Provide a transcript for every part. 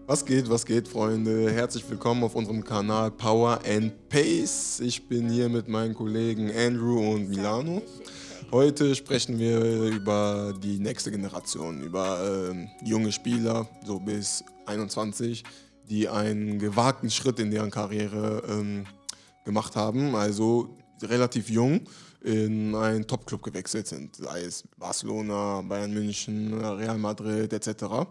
Was geht, Freunde? Herzlich willkommen auf unserem Kanal Power and Pace. Ich bin hier mit meinen Kollegen Andrew und Milano. Heute sprechen wir über die nächste Generation, über junge Spieler, so bis 21, die einen gewagten Schritt in deren Karriere gemacht haben, also relativ jung in einen Top-Club gewechselt sind, sei es Barcelona, Bayern München, Real Madrid etc.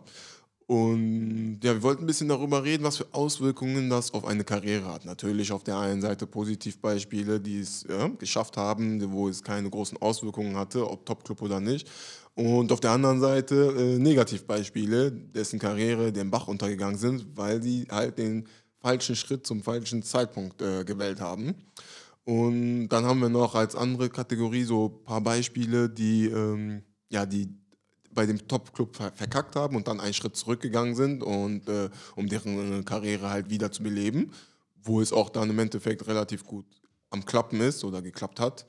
Und ja, wir wollten ein bisschen darüber reden, was für Auswirkungen das auf eine Karriere hat. Natürlich auf der einen Seite Positivbeispiele, die es geschafft haben, wo es keine großen Auswirkungen hatte, ob Topclub oder nicht. Und auf der anderen Seite Negativbeispiele, dessen Karriere den Bach untergegangen sind, weil sie halt den falschen Schritt zum falschen Zeitpunkt gewählt haben. Und dann haben wir noch als andere Kategorie so ein paar Beispiele, die bei dem Top-Club verkackt haben und dann einen Schritt zurückgegangen sind und um deren Karriere halt wieder zu beleben, wo es auch dann im Endeffekt relativ gut am Klappen ist oder geklappt hat.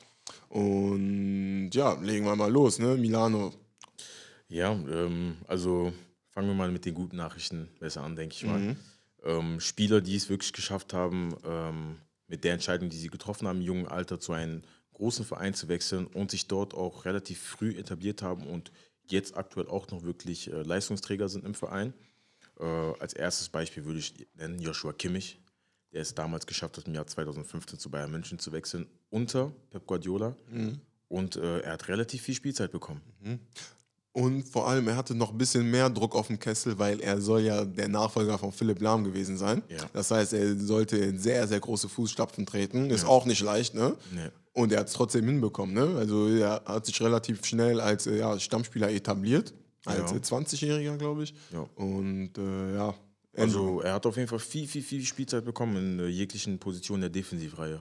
Und ja, legen wir mal los, ne? Milano. Ja, also fangen wir mal mit den guten Nachrichten besser an, denke ich mal. Spieler, die es wirklich geschafft haben, mit der Entscheidung, die sie getroffen haben, im jungen Alter zu einem großen Verein zu wechseln und sich dort auch relativ früh etabliert haben und jetzt aktuell auch noch wirklich Leistungsträger sind im Verein. Als erstes Beispiel würde ich nennen Joshua Kimmich, der es damals geschafft hat, im Jahr 2015 zu Bayern München zu wechseln, unter Pep Guardiola. Und er hat relativ viel Spielzeit bekommen. Und vor allem, er hatte noch ein bisschen mehr Druck auf dem Kessel, weil er soll ja der Nachfolger von Philipp Lahm gewesen sein. Ja. Das heißt, er sollte in sehr, sehr große Fußstapfen treten. Ist Ja. auch nicht leicht, ne? Nee. Und er hat es trotzdem hinbekommen, ne? Also er hat sich relativ schnell als Stammspieler etabliert, als Ja. 20-Jähriger, glaube ich. Ja. Und ja, Andrew. Also er hat auf jeden Fall viel Spielzeit bekommen in jeglichen Positionen der Defensivreihe.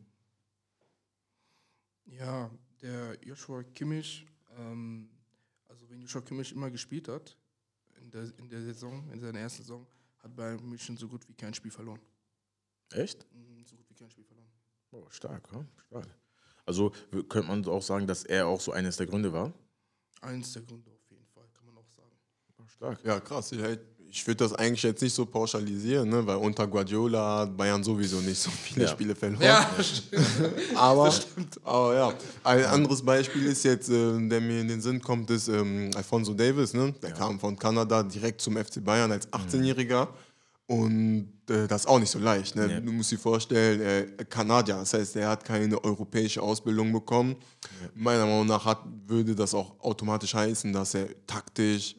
Ja, der Joshua Kimmich, also wenn Joshua Kimmich immer gespielt hat, in der Saison, in seiner ersten Saison, hat Bayern München so gut wie kein Spiel verloren. Echt? So gut wie kein Spiel verloren. Oh, stark, ja? Stark. Also könnte man auch sagen, dass er auch so eines der Gründe war? Eins der Gründe auf jeden Fall, kann man auch sagen. Oh, stark. Ja, krass. Ich würde das eigentlich jetzt nicht so pauschalisieren, ne? Weil unter Guardiola hat Bayern sowieso nicht so viele Ja. Spiele verloren. Ja, Aber ja, ein anderes Beispiel ist jetzt, der mir in den Sinn kommt, ist Alphonso Davies. Ne? Der kam von Kanada direkt zum FC Bayern als 18-Jähriger. Und das ist auch nicht so leicht. Ne? Ja. Du musst dir vorstellen, Kanadier, das heißt, er hat keine europäische Ausbildung bekommen. Meiner Meinung nach würde das auch automatisch heißen, dass er taktisch,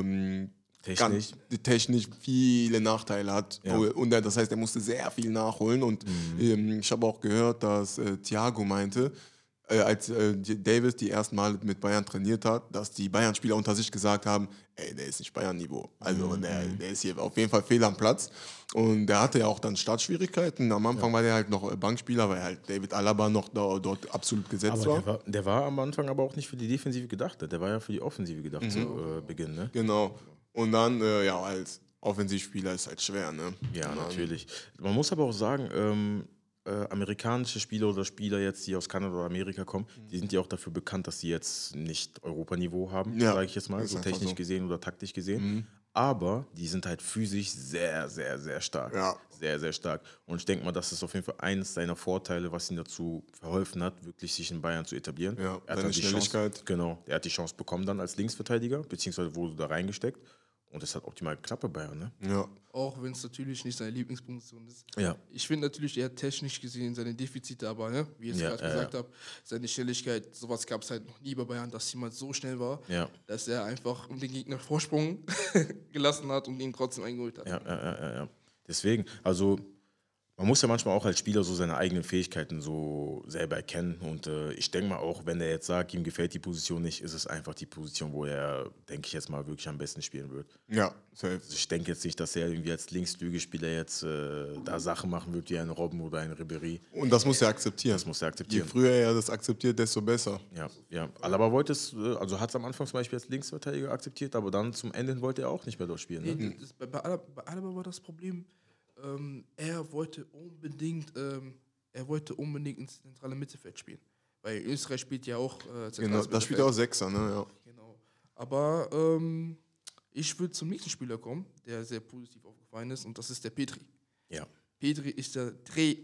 technisch viele Nachteile hat. Ja. Und das heißt, er musste sehr viel nachholen. Und ich habe auch gehört, dass Thiago meinte, als Davis die ersten Mal mit Bayern trainiert hat, dass die Bayern-Spieler unter sich gesagt haben, ey, der ist nicht Bayern-Niveau. Also der ist hier auf jeden Fall fehl am Platz. Und der hatte ja auch dann Startschwierigkeiten. Am Anfang war der halt noch Bankspieler, weil halt David Alaba noch dort absolut gesetzt Aber war. der war am Anfang aber auch nicht für die Defensive gedacht. Der war ja für die Offensive gedacht zu Beginn, ne? Genau. Und dann, als Offensivspieler ist halt schwer, ne? Ja, Und dann- natürlich. Man muss aber auch sagen, amerikanische Spieler oder Spieler jetzt, die aus Kanada oder Amerika kommen, die sind ja auch dafür bekannt, dass sie jetzt nicht Europaniveau haben, Ja, sage ich jetzt mal, ist so einfach technisch so. gesehen oder taktisch gesehen. Aber die sind halt physisch sehr, sehr, sehr stark. Ja. Sehr, sehr stark. Und ich denke mal, das ist auf jeden Fall eines seiner Vorteile, was ihm dazu verholfen hat, wirklich sich in Bayern zu etablieren. Ja, Er hat seine dann die Schnelligkeit. Chance, genau, er hat die Chance bekommen dann als Linksverteidiger, beziehungsweise wurde da reingesteckt. Und das hat optimal geklappt bei Bayern, ne? Ja. auch wenn es natürlich nicht seine Lieblingsposition ist. Ja. Ich finde natürlich, er hat technisch gesehen seine Defizite, aber ne, wie ich es Ja, gerade gesagt habe, seine Schnelligkeit, sowas gab es halt noch nie bei Bayern, dass jemand so schnell war, Ja. dass er einfach den Gegner Vorsprung gelassen hat und ihn trotzdem eingeholt hat. Ja. Deswegen, also man muss ja manchmal auch als Spieler so seine eigenen Fähigkeiten so selber erkennen. Und ich denke mal auch, wenn er jetzt sagt, ihm gefällt die Position nicht, ist es einfach die Position, wo er, denke ich jetzt mal, wirklich am besten spielen wird. Ja, safe. Also ich denke jetzt nicht, dass er irgendwie als Linksflügelspieler jetzt da Sachen machen wird wie ein Robben oder ein Ribéry. Und das muss er akzeptieren. Das muss er Je akzeptieren. früher er das akzeptiert, desto besser. Ja. Alaba wollte es, also hat es am Anfang zum Beispiel als Linksverteidiger akzeptiert, aber dann zum Ende hin wollte er auch nicht mehr durchspielen. Ne? Nee, bei Alaba war das Problem, er wollte unbedingt ins zentrale Mittelfeld spielen. Weil Österreich spielt ja auch Genau, da spielt er auch Sechser, ne? Ja. Genau. Aber Ich würde zum nächsten Spieler kommen, der sehr positiv aufgefallen ist, und das ist der Petri. Ja. Petri ist der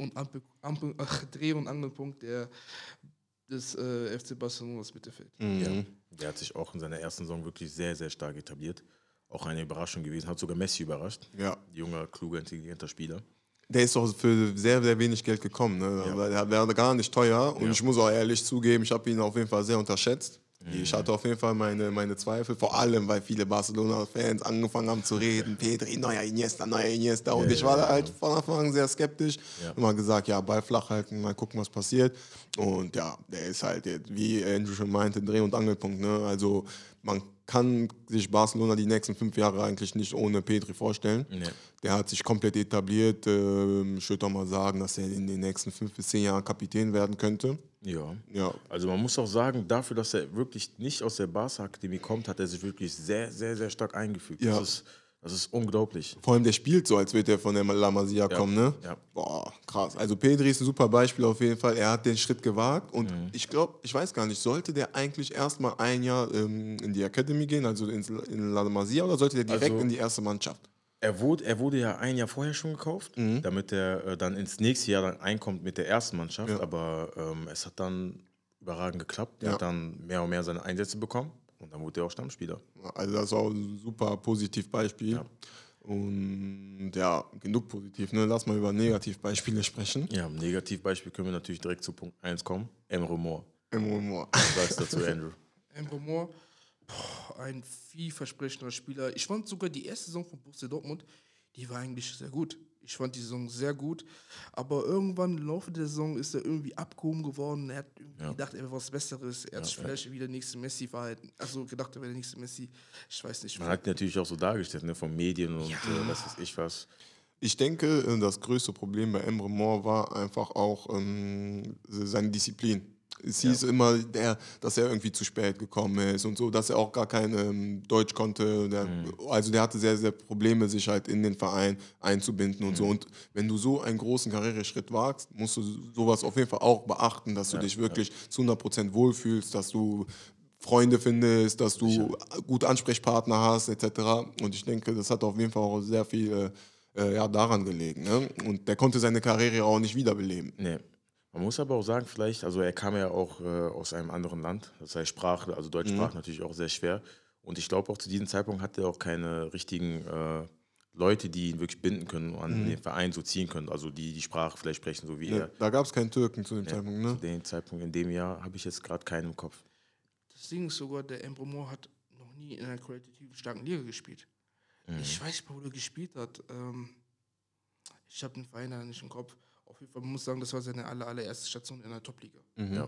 Dreh- und Angelpunkt des FC Barcelonas Mittelfeld. Ja. Der hat sich auch in seiner ersten Saison wirklich sehr, sehr stark etabliert. Auch eine Überraschung gewesen, hat sogar Messi überrascht. Ja. Junger, kluger, intelligenter Spieler. Der ist doch für sehr, sehr wenig Geld gekommen. Ne? Ja. Weil der wäre gar nicht teuer. Und Ja. ich muss auch ehrlich zugeben, ich habe ihn auf jeden Fall sehr unterschätzt. Ich hatte auf jeden Fall meine Zweifel, vor allem, weil viele Barcelona-Fans angefangen haben zu reden, Pedri, neuer Iniesta. Und ich war da halt von Anfang an sehr skeptisch. Ja. Immer gesagt, ja, Ball flach halten, mal gucken, was passiert. Und ja, der ist halt, wie Andrew schon meinte, Dreh- und Angelpunkt. Ne? Also man kann sich Barcelona die nächsten 5 Jahre eigentlich nicht ohne Pedri vorstellen. Nee. Der hat sich komplett etabliert. Ich würde auch mal sagen, dass er in den nächsten 5 bis 10 Jahren Kapitän werden könnte. Ja. Ja. Also man muss auch sagen, dafür, dass er wirklich nicht aus der Barca-Akademie kommt, hat er sich wirklich sehr, sehr, sehr stark eingefügt. Ja. Das ist unglaublich. Vor allem, der spielt so, als würde er von der La Masia kommen, ne? Ja. Boah, krass. Also Pedri ist ein super Beispiel auf jeden Fall. Er hat den Schritt gewagt und ich glaube, ich weiß gar nicht, sollte der eigentlich erstmal ein Jahr in die Academy gehen, also in La Masia, oder sollte der direkt Also- in die erste Mannschaft? Er wurde ja ein Jahr vorher schon gekauft, damit er dann ins nächste Jahr dann einkommt mit der ersten Mannschaft. Ja. Aber es hat dann überragend geklappt. Er Ja. hat dann mehr und mehr seine Einsätze bekommen und dann wurde er auch Stammspieler. Also das war ein super Positivbeispiel. Ja. Und ja, genug positiv, ne? Lass mal über Negativbeispiele sprechen. Ja, im Negativbeispiel können wir natürlich direkt zu Punkt 1 kommen. Emre Mor. Im Humor. Was sagst du dazu, Andrew? Emre Mor, ein vielversprechender Spieler. Ich fand sogar die erste Saison von Borussia Dortmund, die war eigentlich sehr gut. Ich fand die Saison sehr gut, aber irgendwann im Laufe der Saison ist er irgendwie abgehoben geworden. Er hat irgendwie gedacht, er wäre was Besseres. Er hat sich vielleicht wieder der nächste Messi verhalten. Also gedacht, er wäre der nächste Messi. Ich weiß nicht. Man hat ihn natürlich auch so dargestellt, ne, von Medien und was weiß ich was. Ich denke, das größte Problem bei Emre Mor war einfach auch seine Disziplin. Es hieß immer, dass er irgendwie zu spät gekommen ist und so, dass er auch gar kein Deutsch konnte. Also der hatte sehr, sehr Probleme, sich halt in den Verein einzubinden und so. Und wenn du so einen großen Karriereschritt wagst, musst du sowas auf jeden Fall auch beachten, dass du dich wirklich zu 100% wohlfühlst, dass du Freunde findest, dass du gute Ansprechpartner hast, etc. Und ich denke, das hat auf jeden Fall auch sehr viel daran gelegen. Ne? Und der konnte seine Karriere auch nicht wiederbeleben. Nee. Man muss aber auch sagen, vielleicht, also er kam ja auch aus einem anderen Land, das heißt Sprache, also Deutschsprache natürlich auch sehr schwer. Und ich glaube auch zu diesem Zeitpunkt hatte er auch keine richtigen Leute, die ihn wirklich binden können und an den Verein so ziehen können, also die Sprache vielleicht sprechen, so wie Ja, er. da gab es keinen Türken zu dem Ja, Zeitpunkt, ne? Zu dem Zeitpunkt in dem Jahr habe ich jetzt gerade keinen im Kopf. Das Ding ist sogar, der Emre Mor hat noch nie in einer qualitativ starken Liga gespielt. Ich weiß nicht, wo er gespielt hat. Ich habe den Verein da nicht im Kopf. Auf jeden Fall, man muss sagen, das war seine allererste Station in der Top-Liga. Ja. Ne?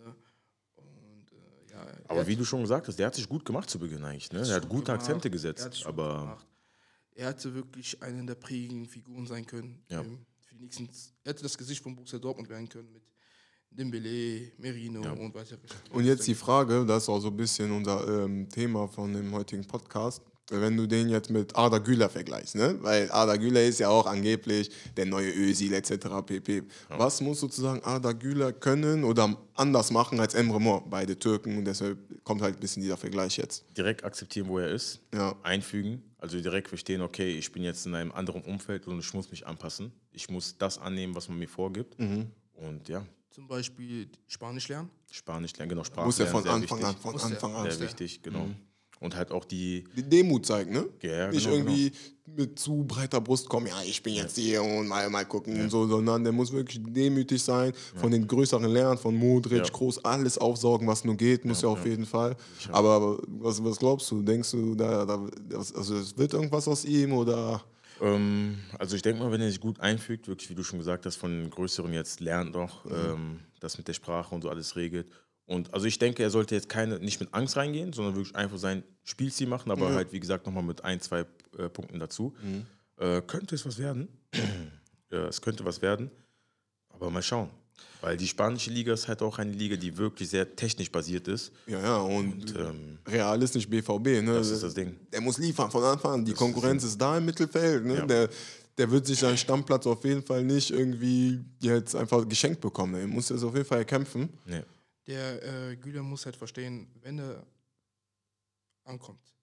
Und Aber wie du schon gesagt hast, der hat sich gut gemacht zu Beginn eigentlich. Ne? Er hat gute Akzente Er gesetzt. hat es gut Aber gemacht. Er hätte wirklich eine der prägenden Figuren sein können. Ja. Für die nächsten, er hätte das Gesicht von Borussia Dortmund werden können mit Dembele, Merino und weitere. Und jetzt die Frage, das ist auch so ein bisschen unser Thema von dem heutigen Podcast, wenn du den jetzt mit Arda Güler vergleichst, ne? Weil Arda Güler ist ja auch angeblich der neue Özil etc. pp. Was muss sozusagen Arda Güler können oder anders machen als Emre Mor? Beide Türken und deshalb kommt halt ein bisschen dieser Vergleich jetzt. direkt akzeptieren, wo er ist, Ja. einfügen, also direkt verstehen, okay, ich bin jetzt in einem anderen Umfeld und ich muss mich anpassen. Ich muss das annehmen, was man mir vorgibt. Und ja, Zum Beispiel Spanisch lernen. Spanisch lernen, genau, Sprache Muss er lernen, von Anfang an, Muss er. Sehr Sehr. wichtig, genau. Und halt auch die, Die Demut zeigen, ne? Ja, Nicht genau, irgendwie mit zu breiter Brust kommen, ja, ich bin jetzt hier und mal gucken und so, sondern der muss wirklich demütig sein, von den Größeren lernen, von Modric, Ja. Kroos, alles aufsaugen, was nur geht, muss er auf jeden Fall. Aber was glaubst du? Denkst du, also es wird irgendwas aus ihm oder? also ich denke mal, wenn er sich gut einfügt, wirklich, wie du schon gesagt hast, von den Größeren jetzt lernt noch, das mit der Sprache und so alles regelt. Und also ich denke, er sollte jetzt nicht mit Angst reingehen, sondern wirklich einfach sein Spielziel machen, aber halt, wie gesagt, nochmal mit 1, 2 Punkten dazu. Könnte es was werden? Ja, es könnte was werden, aber mal schauen. Weil die spanische Liga ist halt auch eine Liga, die wirklich sehr technisch basiert ist. Ja, und Real ist nicht BVB, ne? Das ist das Ding. Der muss liefern von Anfang an. Die Konkurrenz ist da im Mittelfeld, ne? Ja. Der wird sich seinen Stammplatz auf jeden Fall nicht irgendwie jetzt einfach geschenkt bekommen. Er muss das auf jeden Fall erkämpfen. Nee. Der Güler muss halt verstehen, wenn er ankommt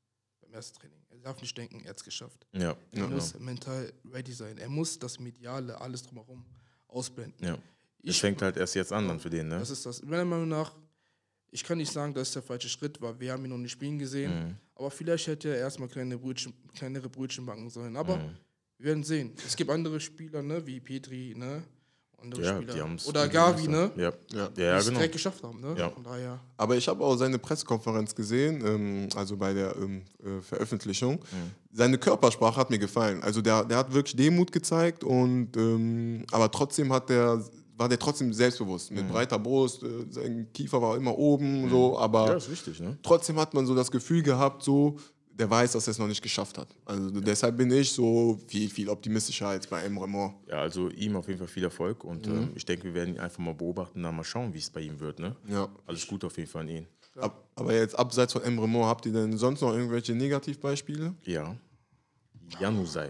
beim ersten Training. Er darf nicht denken, er hat es geschafft. Ja. Er muss mental ready sein. Er muss das Mediale, alles drumherum ausblenden. Ja. Es fängt halt erst jetzt an dann für den, ne? Das ist das. Meiner Meinung nach, ich kann nicht sagen, dass es der falsche Schritt war. Wir haben ihn noch nicht spielen gesehen. Aber vielleicht hätte er erstmal kleinere Brötchen backen sollen. Aber wir werden sehen. Es gibt andere Spieler, ne, wie Petri, ne? Andere Spieler. Die haben's oder Gavi, ne? Ja, Die es genau. direkt geschafft haben, ne? Ja. Von daher. Aber ich habe auch seine Pressekonferenz gesehen, also bei der Veröffentlichung. Seine Körpersprache hat mir gefallen. Also der hat wirklich Demut gezeigt und aber trotzdem war der trotzdem selbstbewusst. Mit breiter Brust, sein Kiefer war immer oben, so, aber Ja, ist wichtig, ne? trotzdem hat man so das Gefühl gehabt, so, der weiß, dass er es noch nicht geschafft hat. Also deshalb bin ich so viel optimistischer als bei Emre Mor. Ja, also ihm auf jeden Fall viel Erfolg und ich denke, wir werden ihn einfach mal beobachten und dann mal schauen, wie es bei ihm wird, ne? Ja. Alles gut auf jeden Fall an ihn. Aber jetzt abseits von Emre Mor, habt ihr denn sonst noch irgendwelche Negativbeispiele? Ja. Januzaj.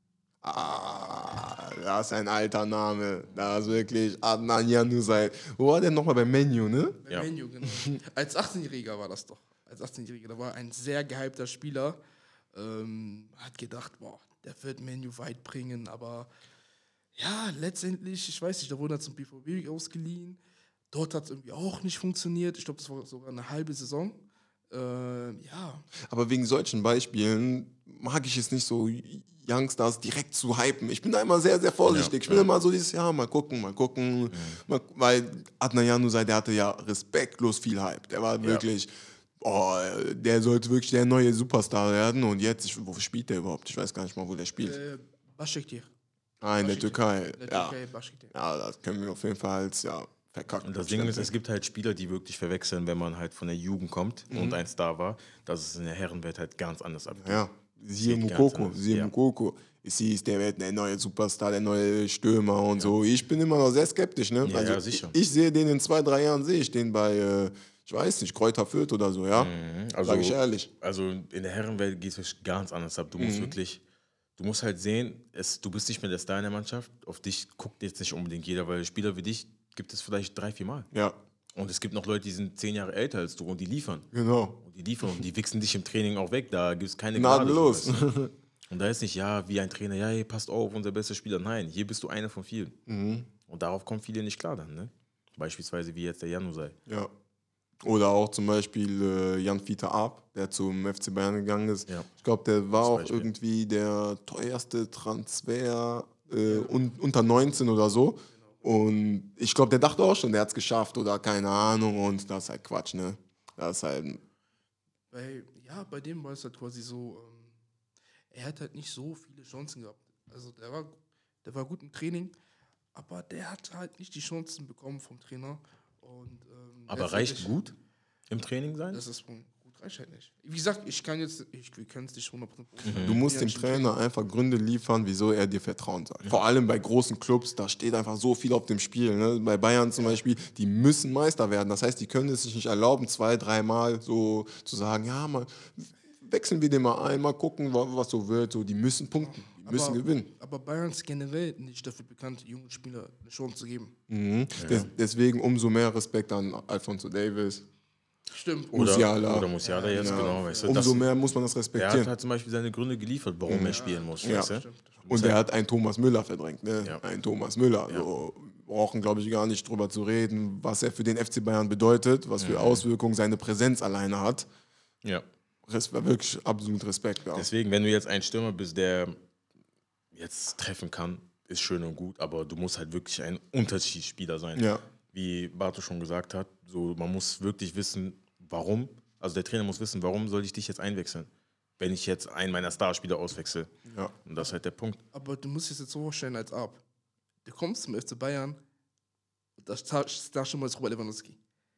Das ist ein alter Name. Das ist wirklich Adnan Januzaj. Wo war der nochmal bei Menu, ne? Ja. Menu, genau. Als 18-Jähriger war das doch. Als 18-Jähriger, da war ein sehr gehypter Spieler. Hat gedacht, boah, der wird Menu weit bringen, aber ja, letztendlich, ich weiß nicht, da wurde er zum BVB ausgeliehen. Dort hat es irgendwie auch nicht funktioniert. Ich glaube, das war sogar eine halbe Saison. Ja. Aber wegen solchen Beispielen mag ich es nicht so, Youngstars direkt zu hypen. Ich bin da immer sehr, sehr vorsichtig. Ich will immer so dieses Jahr mal gucken. Weil Adnan Januzaj, der hatte ja respektlos viel Hype. Der war wirklich, der sollte wirklich der neue Superstar werden. Und jetzt, wo spielt der überhaupt? Ich weiß gar nicht mal, wo der spielt. Başakşehir. In der Türkei. In der Türkei, Başakşehir. Ja, das können wir auf jeden Fall als verkackt. Und das Ding ist, es gibt halt Spieler, die wirklich verwechseln, wenn man halt von der Jugend kommt und ein Star war, dass es in der Herrenwelt halt ganz anders abgeht. Ja, siehe Sieht Mukoko. ganz anders, Es hieß, der wird der neue Superstar, der neue Stürmer und so. Ich bin immer noch sehr skeptisch, ne? Ja, sicher. Ich sehe den in 2-3 Jahren, sehe ich den bei, ich weiß nicht, Kräuter Fürth oder so, ja? Also, Sag ich ehrlich. Also in der Herrenwelt geht es ganz anders ab. Du musst halt sehen, du bist nicht mehr der Star in der Mannschaft. Auf dich guckt jetzt nicht unbedingt jeder, weil Spieler wie dich gibt es vielleicht 3-4 Mal. Ja, Und es gibt noch Leute, die sind 10 Jahre älter als du und die liefern. genau. Und die wichsen dich im Training auch weg. Da gibt es keine Gnadenlos. Gnade, so, weißt du? Und da ist nicht, wie ein Trainer, hey, passt auf, unser bester Spieler. Nein, hier bist du einer von vielen. Und darauf kommen viele nicht klar dann. Ne? Beispielsweise wie jetzt der Januzaj. Ja. Oder auch zum Beispiel Jan-Fiete Arp, der zum FC Bayern gegangen ist. Ja. Ich glaube, der war auch Beispiel. irgendwie der teuerste Transfer unter 19 oder so. Und ich glaube, der dachte auch schon, der hat es geschafft oder keine Ahnung. Und das ist halt Quatsch, ne? Das ist halt. Bei dem war es halt quasi so, er hat halt nicht so viele Chancen gehabt. Also der war gut im Training, aber der hat halt nicht die Chancen bekommen vom Trainer. Und, Aber reicht gut im Training sein? Das ist gut, reicht halt nicht. Wie gesagt, wir können es nicht 100% Du musst dem Trainer einfach Gründe liefern, wieso er dir vertrauen soll. Vor allem bei großen Clubs, da steht einfach so viel auf dem Spiel. Ne? Bei Bayern zum Beispiel, die müssen Meister werden. Das heißt, die können es sich nicht erlauben, 2-3 Mal so zu sagen, ja, mal wechseln wir den mal ein, mal gucken, was so wird. So, die müssen punkten, die müssen gewinnen. Aber Bayern ist generell nicht dafür bekannt, jungen Spielern eine Chance zu geben. Deswegen umso mehr Respekt an Alphonso Davies. Stimmt. Oder Musiala jetzt, genau. Weißt du, Umso mehr muss man das er respektieren. hat halt zum Beispiel seine Gründe geliefert, warum er spielen muss. Ja. Weißt du? Und er hat einen Thomas Müller verdrängt. Ne? Ja. Ein Thomas Müller. So, brauchen, glaube ich, gar nicht drüber zu reden, was er für den FC Bayern bedeutet, was für Auswirkungen seine Präsenz alleine hat. Ja. Das war wirklich absolut Respekt. Ja. Deswegen, wenn du jetzt ein Stürmer bist, der jetzt treffen kann, ist schön und gut, aber du musst halt wirklich ein Unterschiedsspieler sein. Ja. Wie Barto schon gesagt hat, so, man muss wirklich wissen, warum. Also der Trainer muss wissen, warum soll ich dich jetzt einwechseln, wenn ich jetzt einen meiner Starspieler auswechsel. Ja. Und das ist halt der Punkt. Aber du musst es jetzt so vorstellen als Ab. Du kommst zum FC Bayern und da steht schon mal Robert Lewandowski.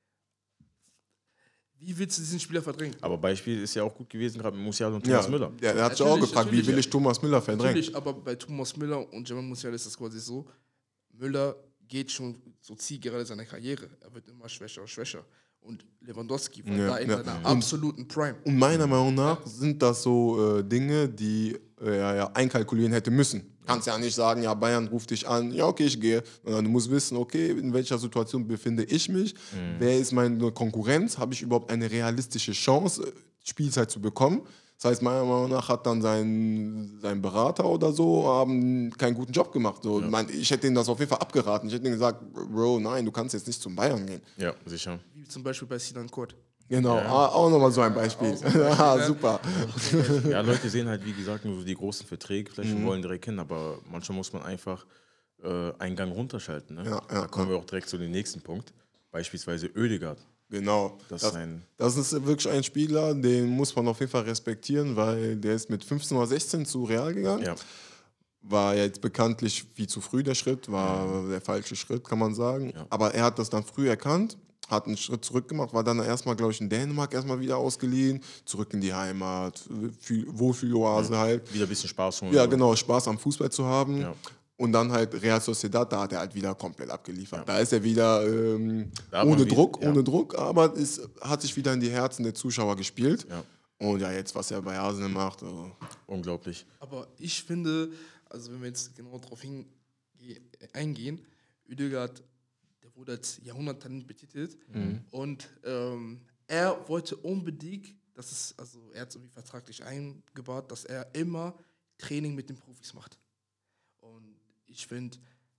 Wie willst du diesen Spieler verdrängen? Aber Beispiel ist ja auch gut gewesen, gerade mit Musiala und Thomas Müller. Der hat sich auch gefragt, wie will ich Thomas Müller verdrängen? Natürlich, aber bei Thomas Müller und Jamal Musiala ist das quasi so, Müller geht schon so Zielgerade seiner Karriere. Er wird immer schwächer und schwächer. Und Lewandowski war da in seiner absoluten Prime. Und meiner Meinung nach sind das so Dinge, die er einkalkulieren hätte müssen. Kannst ja nicht sagen, ja, Bayern ruft dich an, ja, okay, ich gehe. Sondern du musst wissen, okay, in welcher Situation befinde ich mich? Wer ist meine Konkurrenz? Habe ich überhaupt eine realistische Chance, Spielzeit zu bekommen? Das heißt, meiner Meinung nach hat dann sein Berater oder so keinen guten Job gemacht. So, ich hätte ihm das auf jeden Fall abgeraten. Ich hätte ihm gesagt, Bro, nein, du kannst jetzt nicht zum Bayern gehen. Ja, sicher. Wie zum Beispiel bei Sinan Kurt. Genau, auch nochmal so ein Beispiel. Super. Ja, Leute sehen halt, wie gesagt, nur so die großen Verträge, vielleicht wollen direkt hin, aber manchmal muss man einfach einen Gang runterschalten. Ne? Da kommen wir auch direkt zu dem nächsten Punkt. Beispielsweise Ødegaard. Genau. Das ist wirklich ein Spieler, den muss man auf jeden Fall respektieren, weil der ist mit 15 oder 16 zu Real gegangen. Ja. War jetzt bekanntlich viel zu früh der Schritt, war der falsche Schritt, kann man sagen. Ja. Aber er hat das dann früh erkannt, hat einen Schritt zurück gemacht, war dann erstmal, glaube ich, in Dänemark erstmal wieder ausgeliehen, zurück in die Heimat, Wohlfühloase halt. Wieder ein bisschen Spaß holen. Ja, genau, Spaß am Fußball zu haben. Ja. Und dann halt Real Sociedad, da hat er halt wieder komplett abgeliefert. Ja. Da ist er wieder ohne Druck, aber es hat sich wieder in die Herzen der Zuschauer gespielt. Ja. Und ja, jetzt, was er bei Arsenal macht. Unglaublich. Aber ich finde, also wenn wir jetzt genau darauf eingehen, Ødegaard, der wurde als Jahrhunderttalent betitelt. Und er wollte unbedingt, er hat es irgendwie vertraglich eingebaut, dass er immer Training mit den Profis macht. Und ich finde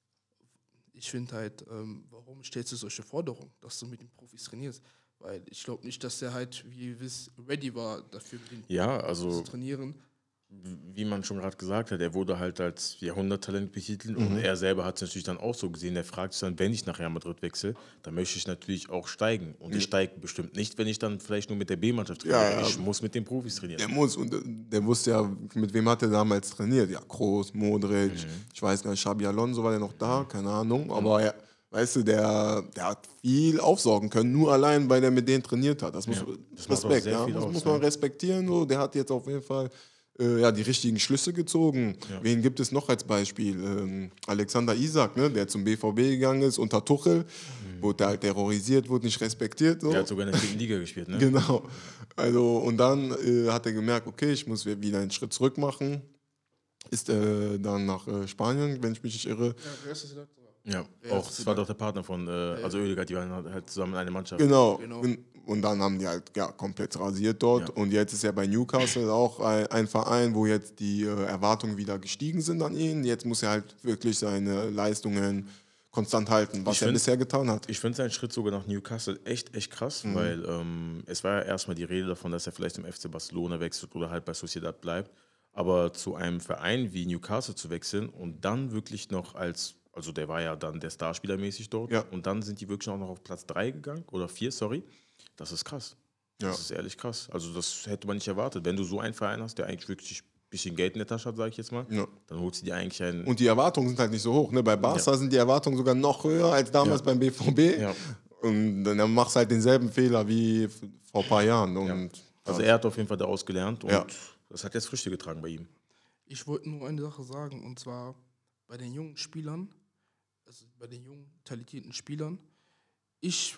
halt, warum stellst du solche Forderungen, dass du mit den Profis trainierst? Weil ich glaube nicht, dass er halt, wie ihr wisst, ready war, dafür mit den Profis zu trainieren. Wie man schon gerade gesagt hat, er wurde halt als Jahrhunderttalent betitelt und er selber hat es natürlich dann auch so gesehen. Er fragt sich dann, wenn ich nach Real Madrid wechsle, dann möchte ich natürlich auch steigen. Und ich steige bestimmt nicht, wenn ich dann vielleicht nur mit der B-Mannschaft trainiere. Ja. Ich muss mit den Profis trainieren. Der wusste ja, mit wem hat er damals trainiert? Ja, Kroos, Modric, ich weiß gar nicht, Xabi Alonso war der noch da, keine Ahnung. Aber weißt du, der hat viel aufsaugen können, nur allein, weil er mit denen trainiert hat. Das muss Respekt, muss man respektieren. So. Der hat jetzt auf jeden Fall die richtigen Schlüsse gezogen. Ja. Wen gibt es noch als Beispiel? Alexander Isak, ne, der zum BVB gegangen ist, unter Tuchel, wurde halt terrorisiert, wurde nicht respektiert. So. Der hat sogar in der 4. Liga gespielt, ne? Genau. Also, und dann hat er gemerkt, okay, ich muss wieder einen Schritt zurück machen. Ist dann nach Spanien, wenn ich mich nicht irre. Ja, auch, das war doch der Partner von, also Ødegaard, die waren halt zusammen in einer Mannschaft. Genau. Und dann haben die halt komplett rasiert dort. Ja. Und jetzt ist er bei Newcastle auch ein Verein, wo jetzt die Erwartungen wieder gestiegen sind an ihn. Jetzt muss er halt wirklich seine Leistungen konstant halten, was er bisher getan hat. Ich finde seinen Schritt sogar nach Newcastle echt krass, weil es war ja erstmal die Rede davon, dass er vielleicht im FC Barcelona wechselt oder halt bei Sociedad bleibt. Aber zu einem Verein wie Newcastle zu wechseln und dann wirklich noch also der war ja dann der Starspieler mäßig dort und dann sind die wirklich auch noch auf Platz 3 gegangen, oder 4, sorry. Das ist krass. Das ist ehrlich krass. Also das hätte man nicht erwartet. Wenn du so einen Verein hast, der eigentlich wirklich ein bisschen Geld in der Tasche hat, sage ich jetzt mal, dann holst du dir eigentlich einen... Und die Erwartungen sind halt nicht so hoch. Ne? Bei Barca sind die Erwartungen sogar noch höher als damals beim BVB. Ja. Und dann machst du halt denselben Fehler wie vor ein paar Jahren. Und also er hat auf jeden Fall daraus gelernt und das hat jetzt Früchte getragen bei ihm. Ich wollte nur eine Sache sagen, und zwar bei den jungen Spielern, also bei den jungen, talentierten Spielern, ich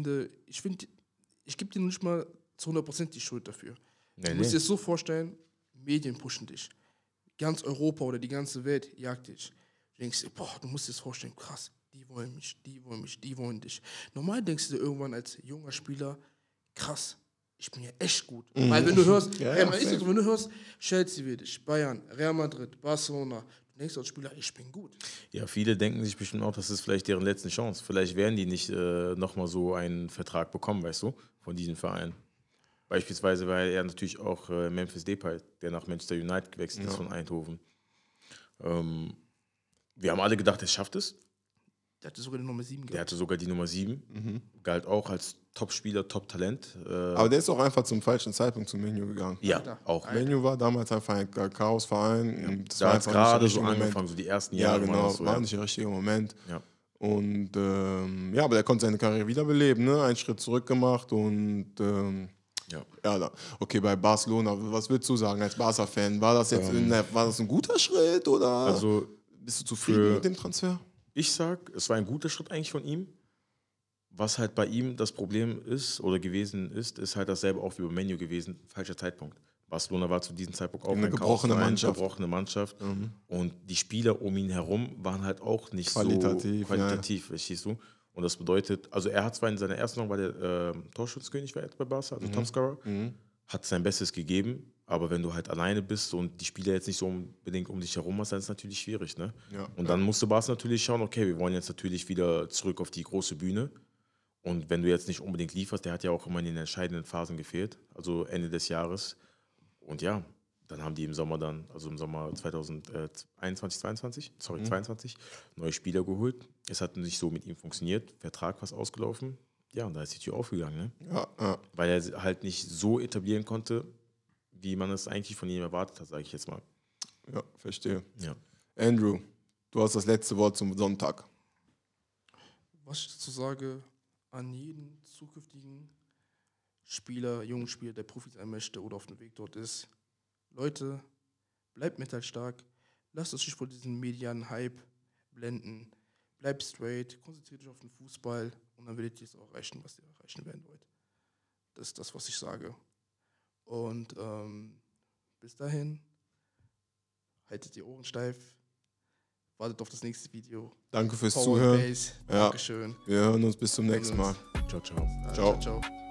gebe dir nicht mal zu 100% die Schuld dafür. Du musst dir das so vorstellen, Medien pushen dich. Ganz Europa oder die ganze Welt jagt dich. Du denkst dir, du musst dir das vorstellen, krass, die wollen mich, die wollen dich. Normal denkst du dir irgendwann als junger Spieler, krass, ich bin ja echt gut. Weil wenn du hörst, wenn du hörst, Chelsea will dich, Bayern, Real Madrid, Barcelona, du denkst als Spieler, ich bin gut. Ja, viele denken sich bestimmt auch, das ist vielleicht deren letzte Chance. Vielleicht werden die nicht nochmal so einen Vertrag bekommen, weißt du, von diesem Verein. Beispielsweise war er natürlich auch Memphis Depay, der nach Manchester United gewechselt ist von Eindhoven. Wir haben alle gedacht, er schafft es. Der hatte sogar die Nummer 7 gehabt. Der hatte sogar die Nummer 7. Galt auch als Top-Spieler, Top-Talent. Aber der ist auch einfach zum falschen Zeitpunkt zum Menu gegangen. Ja, auch. Menu war damals einfach ein Chaosverein. Ja. Da hat es gerade so angefangen, so die ersten Jahre. Ja, genau, war nicht der richtige Moment. Ja. Und aber der konnte seine Karriere wiederbeleben, ne? Einen Schritt zurück gemacht und okay, bei Barcelona, was würdest du sagen als Barca-Fan? War das jetzt war das ein guter Schritt oder also bist du zufrieden mit dem Transfer? Ich sag, es war ein guter Schritt eigentlich von ihm. Was halt bei ihm das Problem ist oder gewesen ist halt dasselbe auch wie bei Menu gewesen, falscher Zeitpunkt. Barcelona war zu diesem Zeitpunkt auch eine gebrochene Mannschaft. Und die Spieler um ihn herum waren halt auch nicht qualitativ, verstehst du? Und das bedeutet, also er hat zwar in seiner ersten Saison war der Torschützenkönig bei Barca, also Topscorer, hat sein Bestes gegeben, Aber wenn du halt alleine bist und die Spieler jetzt nicht so unbedingt um dich herum hast, dann ist es natürlich schwierig. Ne? Ja, und dann musste Barca natürlich schauen, okay, wir wollen jetzt natürlich wieder zurück auf die große Bühne. Und wenn du jetzt nicht unbedingt lieferst, der hat ja auch immer in den entscheidenden Phasen gefehlt, also Ende des Jahres. Und ja, dann haben die im Sommer 2022, 22, neue Spieler geholt. Es hat nicht so mit ihm funktioniert, Vertrag fast ausgelaufen. Ja, und da ist die Tür aufgegangen, ne? Ja. Weil er halt nicht so etablieren konnte, wie man es eigentlich von ihm erwartet hat, sage ich jetzt mal. Ja, verstehe. Ja. Andrew, du hast das letzte Wort zum Sonntag. Was ich dazu sage, an jeden zukünftigen Spieler, jungen Spieler, der Profi sein möchte oder auf dem Weg dort ist, Leute, bleibt mental-stark, lasst euch nicht vor diesem medialen Hype blenden, bleibt straight, konzentriert euch auf den Fußball und dann werdet ihr es auch erreichen, was ihr erreichen werden wollt. Das ist das, was ich sage. Und bis dahin, haltet die Ohren steif, wartet auf das nächste Video. Danke fürs Power Zuhören. Pace. Ja. Dankeschön. Wir hören uns bis zum nächsten Mal. Ciao, ciao. Ciao. Ciao.